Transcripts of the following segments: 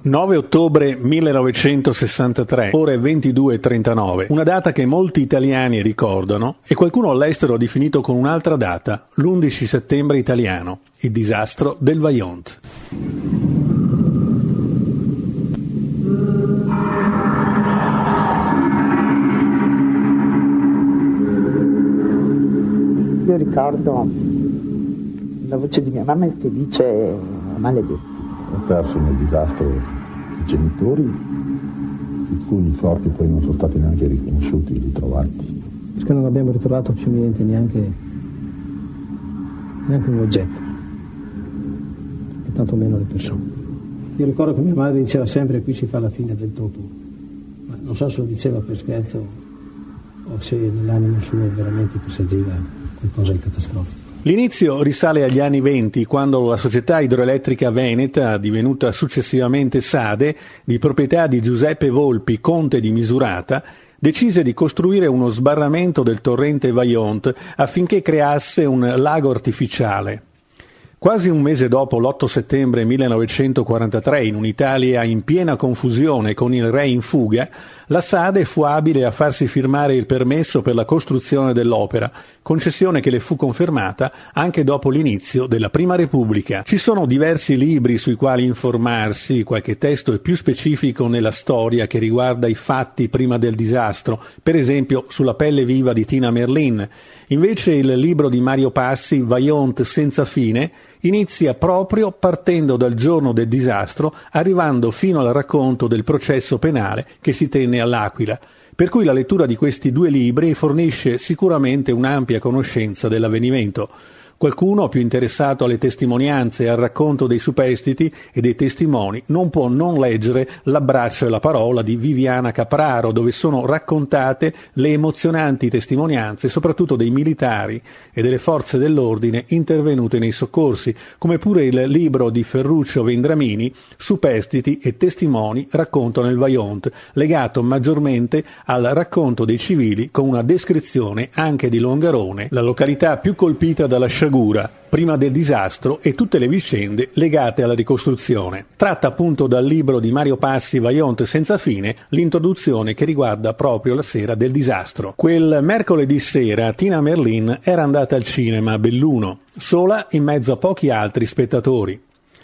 9 ottobre 1963, ore 22:39, una data che molti italiani ricordano e qualcuno all'estero ha definito con un'altra data, l'11 settembre italiano, il disastro del Vajont. Io ricordo la voce di mia mamma che dice maledetti. Ho perso nel disastro i genitori, i cui corpi poi non sono stati neanche riconosciuti, ritrovati. Perché non abbiamo ritrovato più niente, neanche un oggetto, e tanto meno le persone. Io ricordo che mia madre diceva sempre: qui si fa la fine del topo, ma non so se lo diceva per scherzo o se nell'animo suo veramente presageva qualcosa di catastrofico. L'inizio risale agli anni '20, quando la società idroelettrica veneta, divenuta successivamente SADE, di proprietà di Giuseppe Volpi, conte di Misurata, decise di costruire uno sbarramento del torrente Vajont affinché creasse un lago artificiale. Quasi un mese dopo, l'8 settembre 1943, in un'Italia in piena confusione con il re in fuga, la SADE fu abile a farsi firmare il permesso per la costruzione dell'opera, concessione che le fu confermata anche dopo l'inizio della Prima Repubblica. Ci sono diversi libri sui quali informarsi, qualche testo è più specifico nella storia che riguarda i fatti prima del disastro, per esempio sulla pelle viva di Tina Merlin. Invece il libro di Mario Passi, Vajont senza fine, inizia proprio partendo dal giorno del disastro, arrivando fino al racconto del processo penale che si tenne all'Aquila. Per cui la lettura di questi due libri fornisce sicuramente un'ampia conoscenza dell'avvenimento. Qualcuno più interessato alle testimonianze e al racconto dei superstiti e dei testimoni non può non leggere L'abbraccio e la parola di Viviana Capraro, dove sono raccontate le emozionanti testimonianze soprattutto dei militari e delle forze dell'ordine intervenute nei soccorsi, come pure il libro di Ferruccio Vendramini, Superstiti e testimoni raccontano il Vajont, legato maggiormente al racconto dei civili con una descrizione anche di Longarone, la località più colpita dalla sciagura prima del disastro, e tutte le vicende legate alla ricostruzione. Tratta appunto dal libro di Mario Passi, Vajont senza fine, l'introduzione che riguarda proprio la sera del disastro. Quel mercoledì sera Tina Merlin era andata al cinema a Belluno, sola in mezzo a pochi altri spettatori.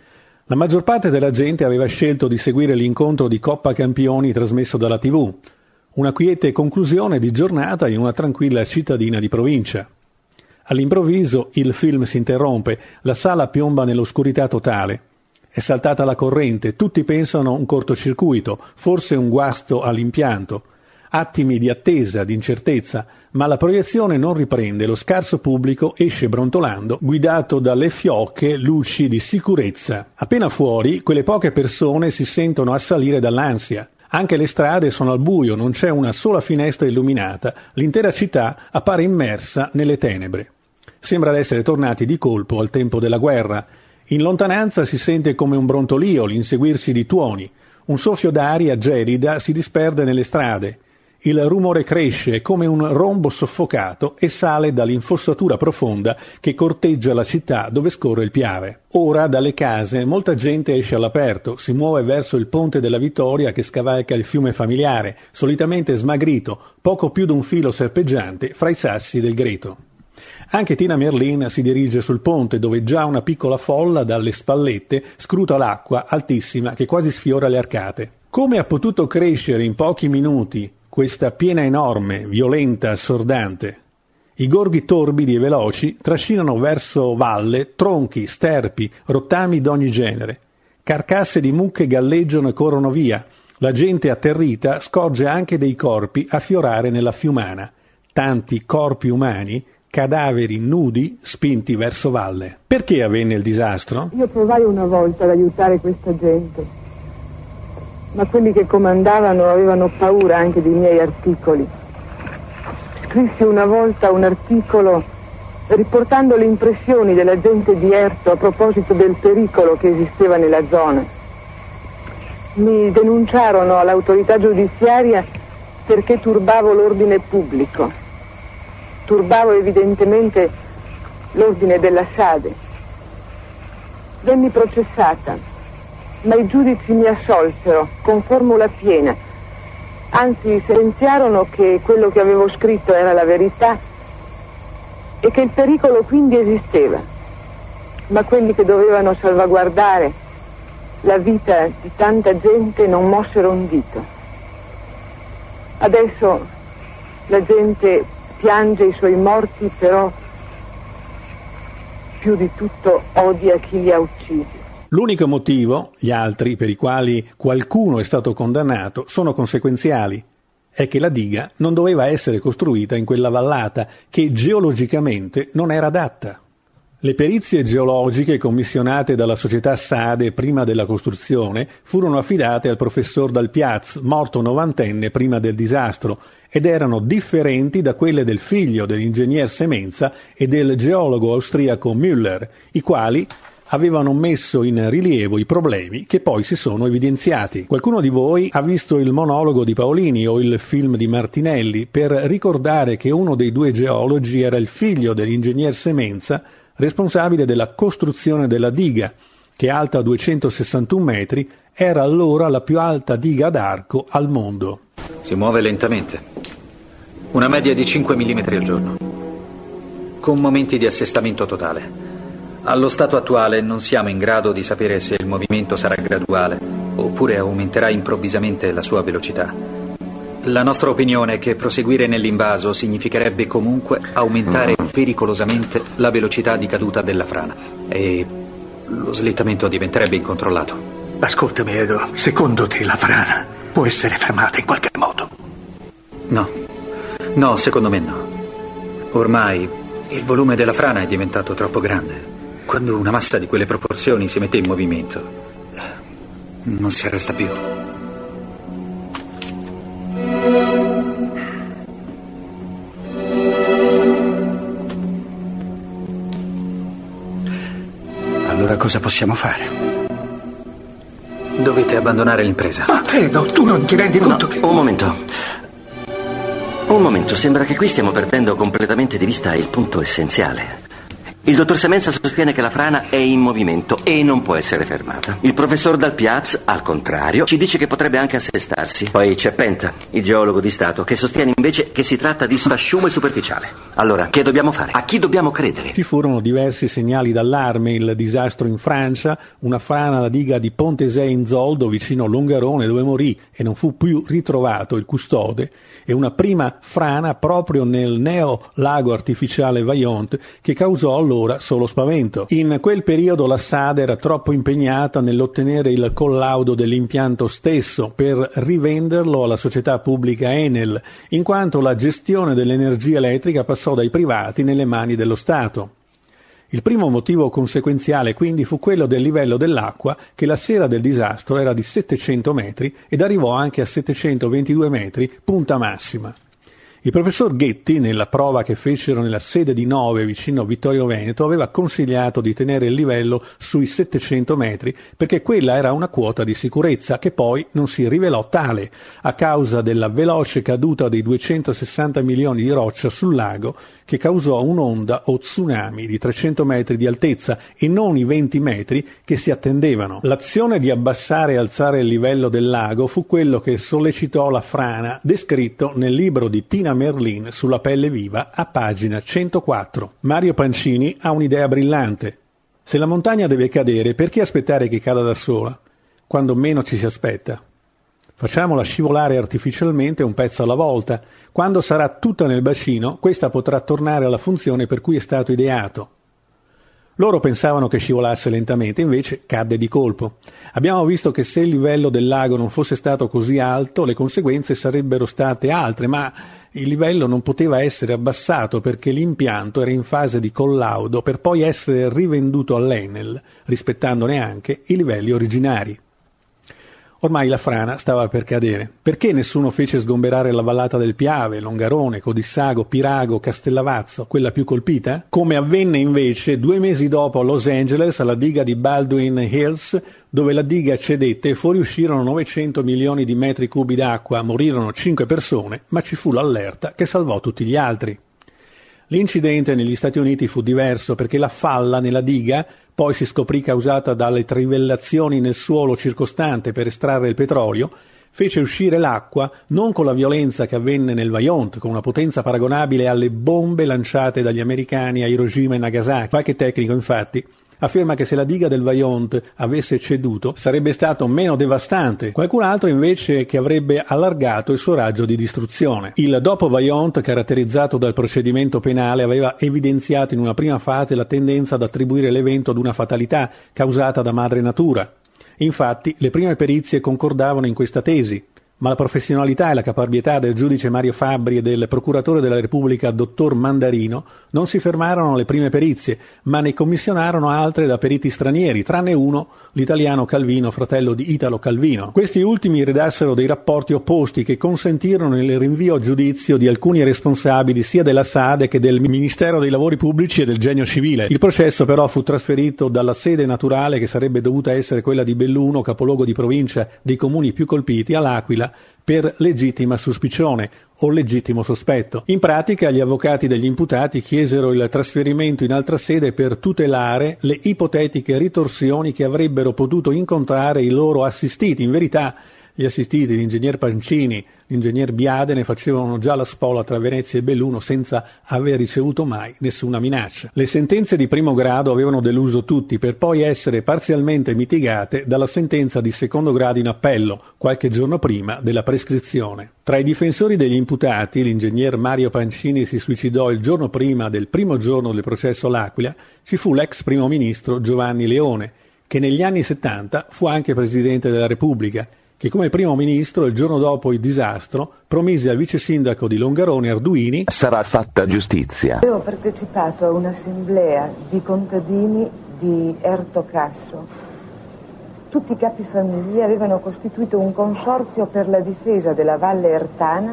La maggior parte della gente aveva scelto di seguire l'incontro di Coppa Campioni trasmesso dalla TV, una quiete conclusione di giornata in una tranquilla cittadina di provincia. All'improvviso il film si interrompe, la sala piomba nell'oscurità totale. È saltata la corrente, tutti pensano un cortocircuito, forse un guasto all'impianto. Attimi di attesa, di incertezza, ma la proiezione non riprende, lo scarso pubblico esce brontolando, guidato dalle fiocche luci di sicurezza. Appena fuori, quelle poche persone si sentono assalire dall'ansia. Anche le strade sono al buio, non c'è una sola finestra illuminata, l'intera città appare immersa nelle tenebre. Sembra d'essere tornati di colpo al tempo della guerra. In lontananza si sente come un brontolio, l'inseguirsi di tuoni. Un soffio d'aria gelida si disperde nelle strade. Il rumore cresce come un rombo soffocato e sale dall'infossatura profonda che corteggia la città dove scorre il Piave. Ora dalle case molta gente esce all'aperto, si muove verso il ponte della Vittoria che scavalca il fiume familiare, solitamente smagrito, poco più d'un filo serpeggiante fra i sassi del Greto. Anche Tina Merlin si dirige sul ponte, dove già una piccola folla dalle spallette scruta l'acqua altissima che quasi sfiora le arcate. Come ha potuto crescere in pochi minuti questa piena enorme, violenta, assordante? I gorghi torbidi e veloci trascinano verso valle tronchi, sterpi, rottami d'ogni genere. Carcasse di mucche galleggiano e corrono via. La gente atterrita scorge anche dei corpi affiorare nella fiumana. Tanti corpi umani, cadaveri nudi spinti verso valle. Perché avvenne il disastro? Io provai una volta ad aiutare questa gente, ma quelli che comandavano avevano paura anche dei miei articoli. Scrissi una volta un articolo riportando le impressioni della gente di Erto a proposito del pericolo che esisteva nella zona. Mi denunciarono all'autorità giudiziaria perché turbavo l'ordine pubblico. Turbavo evidentemente l'ordine della SADE. Venni processata. ma i giudici mi assolsero con formula piena. Anzi, sentenziarono che quello che avevo scritto era la verità e che il pericolo quindi esisteva. Ma quelli che dovevano salvaguardare la vita di tanta gente non mossero un dito. Adesso la gente piange i suoi morti, però più di tutto odia chi li ha uccisi. L'unico motivo, gli altri per i quali qualcuno è stato condannato, sono conseguenziali. È che la diga non doveva essere costruita in quella vallata, che geologicamente non era adatta. Le perizie geologiche commissionate dalla società Sade prima della costruzione furono affidate al professor Dal Piaz, morto 90enne prima del disastro, ed erano differenti da quelle del figlio dell'ingegner Semenza e del geologo austriaco Müller, i quali avevano messo in rilievo i problemi che poi si sono evidenziati. Qualcuno di voi ha visto il monologo di Paolini o il film di Martinelli per ricordare che uno dei due geologi era il figlio dell'ingegner Semenza, responsabile della costruzione della diga, che alta 261 metri, era allora la più alta diga ad arco al mondo. Si muove lentamente, una media di 5 mm al giorno, con momenti di assestamento totale. Allo stato attuale non siamo in grado di sapere se il movimento sarà graduale oppure aumenterà improvvisamente la sua velocità. La nostra opinione è che proseguire nell'invaso significherebbe comunque aumentare pericolosamente la velocità di caduta della frana e lo slittamento diventerebbe incontrollato. Ascoltami, Edo, secondo te la frana può essere fermata in qualche modo? No, secondo me no. Ormai il volume della frana è diventato troppo grande. Quando una massa di quelle proporzioni si mette in movimento, non si arresta più. Allora cosa possiamo fare? Dovete abbandonare l'impresa. Ma Edo, tu non ti rendi conto che... Un momento, sembra che qui stiamo perdendo completamente di vista il punto essenziale. Il dottor Semenza sostiene che la frana è in movimento e non può essere fermata. Il professor Dal Piaz, al contrario, ci dice che potrebbe anche assestarsi. Poi c'è Penta, il geologo di Stato, che sostiene invece che si tratta di sfasciume superficiale. Allora, che dobbiamo fare? A chi dobbiamo credere? Ci furono diversi segnali d'allarme: il disastro in Francia, una frana alla diga di Pontesay-in-Zoldo vicino Longarone dove morì e non fu più ritrovato il custode, e una prima frana proprio nel neo-lago artificiale Vaillant che causò allora solo spavento. In quel periodo la Sade era troppo impegnata nell'ottenere il collaudo dell'impianto stesso per rivenderlo alla società pubblica Enel, in quanto la gestione dell'energia elettrica passò dai privati nelle mani dello Stato. Il primo motivo conseguenziale quindi fu quello del livello dell'acqua, che la sera del disastro era di 700 metri ed arrivò anche a 722 metri, punta massima. Il professor Ghetti, nella prova che fecero nella sede di Nove vicino Vittorio Veneto, aveva consigliato di tenere il livello sui 700 metri perché quella era una quota di sicurezza che poi non si rivelò tale a causa della veloce caduta dei 260 milioni di roccia sul lago, che causò un'onda o tsunami di 300 metri di altezza e non i 20 metri che si attendevano. L'azione di abbassare e alzare il livello del lago fu quello che sollecitò la frana, descritto nel libro di Tina Merlin sulla pelle viva a pagina 104. Mario Pancini ha un'idea brillante. Se la montagna deve cadere, perché aspettare che cada da sola, quando meno ci si aspetta? Facciamola scivolare artificialmente un pezzo alla volta. Quando sarà tutta nel bacino, questa potrà tornare alla funzione per cui è stato ideato. Loro pensavano che scivolasse lentamente, invece cadde di colpo. Abbiamo visto che se il livello del lago non fosse stato così alto, le conseguenze sarebbero state altre, ma il livello non poteva essere abbassato perché l'impianto era in fase di collaudo per poi essere rivenduto all'Enel, rispettandone anche i livelli originari. Ormai la frana stava per cadere. Perché nessuno fece sgomberare la vallata del Piave, Longarone, Codissago, Pirago, Castellavazzo, quella più colpita? Come avvenne invece 2 mesi dopo a Los Angeles, alla diga di Baldwin Hills, dove la diga cedette e fuoriuscirono 900 milioni di metri cubi d'acqua, morirono 5 persone, ma ci fu l'allerta che salvò tutti gli altri. L'incidente negli Stati Uniti fu diverso perché la falla nella diga poi si scoprì causata dalle trivellazioni nel suolo circostante per estrarre il petrolio, fece uscire l'acqua non con la violenza che avvenne nel Vajont, con una potenza paragonabile alle bombe lanciate dagli americani a Hiroshima e Nagasaki. Qualche tecnico, infatti, afferma che se la diga del Vajont avesse ceduto sarebbe stato meno devastante, qualcun altro invece che avrebbe allargato il suo raggio di distruzione. Il dopo Vajont, caratterizzato dal procedimento penale, aveva evidenziato in una prima fase la tendenza ad attribuire l'evento ad una fatalità causata da madre natura. Infatti, le prime perizie concordavano in questa tesi, ma la professionalità e la caparbietà del giudice Mario Fabbri e del procuratore della Repubblica dottor Mandarino non si fermarono alle prime perizie, ma ne commissionarono altre da periti stranieri, tranne uno, l'italiano Calvino, fratello di Italo Calvino. Questi ultimi redassero dei rapporti opposti che consentirono il rinvio a giudizio di alcuni responsabili sia della SADE che del Ministero dei Lavori Pubblici e del Genio Civile. Il processo però fu trasferito dalla sede naturale, che sarebbe dovuta essere quella di Belluno, capoluogo di provincia dei comuni più colpiti, all'Aquila, per legittima suspicione o legittimo sospetto. In pratica gli avvocati degli imputati chiesero il trasferimento in altra sede per tutelare le ipotetiche ritorsioni che avrebbero potuto incontrare i loro assistiti. In verità gli assistiti, l'ingegner Pancini, l'ingegner Biade, ne facevano già la spola tra Venezia e Belluno senza aver ricevuto mai nessuna minaccia. Le sentenze di primo grado avevano deluso tutti, per poi essere parzialmente mitigate dalla sentenza di secondo grado in appello, qualche giorno prima della prescrizione. Tra i difensori degli imputati, l'ingegner Mario Pancini si suicidò il giorno prima del primo giorno del processo all'Aquila, ci fu l'ex primo ministro Giovanni Leone, che negli anni 70 fu anche Presidente della Repubblica, che come primo ministro, il giorno dopo il disastro, promise al vice sindaco di Longarone Arduini: sarà fatta giustizia. Avevo partecipato a un'assemblea di contadini di Erto Casso. Tutti i capi famiglie avevano costituito un consorzio per la difesa della Valle Ertana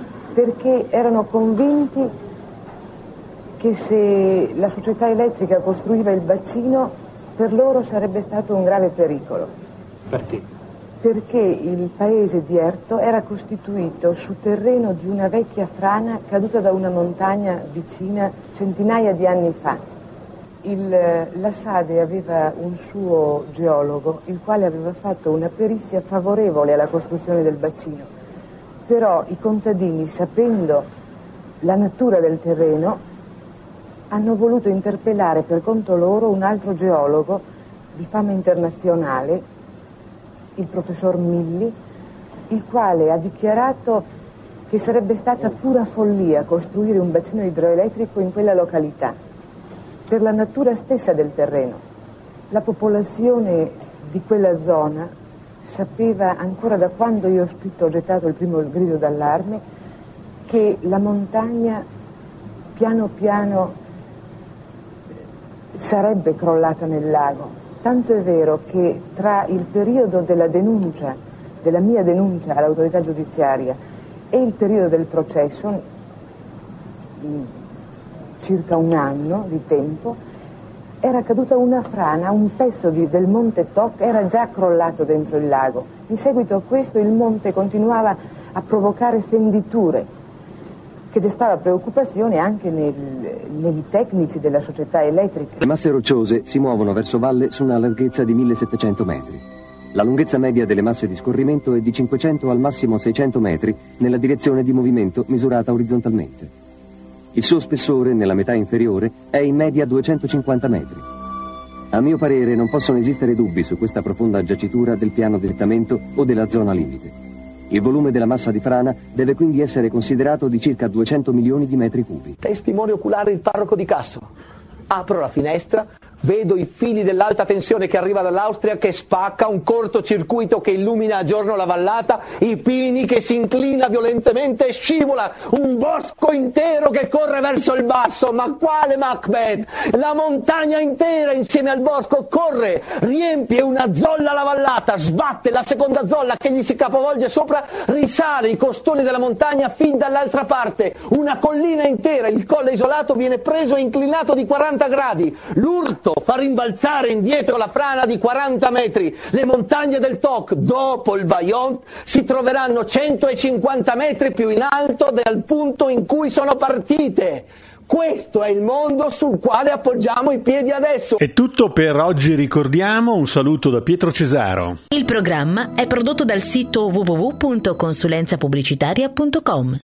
perché erano convinti che se la società elettrica costruiva il bacino, per loro sarebbe stato un grave pericolo. Perché? Perché il paese di Erto era costituito su terreno di una vecchia frana caduta da una montagna vicina centinaia di anni fa. La SADE aveva un suo geologo, il quale aveva fatto una perizia favorevole alla costruzione del bacino. Però i contadini, sapendo la natura del terreno, hanno voluto interpellare per conto loro un altro geologo di fama internazionale, il professor Milli, il quale ha dichiarato che sarebbe stata pura follia costruire un bacino idroelettrico in quella località, per la natura stessa del terreno. La popolazione di quella zona sapeva, ancora da quando io ho gettato il primo grido d'allarme, che la montagna piano piano sarebbe crollata nel lago. Tanto è vero che tra il periodo della denuncia, della mia denuncia all'autorità giudiziaria, e il periodo del processo, circa un anno di tempo, era caduta una frana, un pezzo del monte Toc era già crollato dentro il lago. In seguito a questo il monte continuava a provocare fenditure, che destava preoccupazione anche nei tecnici della società elettrica. Le masse rocciose si muovono verso valle su una larghezza di 1700 metri. La lunghezza media delle masse di scorrimento è di 500 al massimo 600 metri nella direzione di movimento misurata orizzontalmente. Il suo spessore, nella metà inferiore, è in media 250 metri. A mio parere non possono esistere dubbi su questa profonda giacitura del piano di settamento o della zona limite. Il volume della massa di frana deve quindi essere considerato di circa 200 milioni di metri cubi. Testimone oculare il parroco di Casso. Apro la finestra, vedo i fili dell'alta tensione che arriva dall'Austria che spacca, un cortocircuito che illumina a giorno la vallata, i pini che si inclina violentemente e scivola, un bosco intero che corre verso il basso. Ma quale Macbeth? La montagna intera insieme al bosco corre, riempie una zolla la vallata, sbatte la seconda zolla che gli si capovolge sopra, risale i costoni della montagna fin dall'altra parte. Una collina intera, il colle isolato viene preso e inclinato di 40 gradi. L'urto fa rimbalzare indietro la frana di 40 metri. Le montagne del Toc, dopo il Vajont, si troveranno 150 metri più in alto dal punto in cui sono partite. Questo è il mondo sul quale appoggiamo i piedi adesso. È tutto per oggi, ricordiamo. Un saluto da Pietro Cesaro. Il programma è prodotto dal sito www.consulenzapubblicitaria.com.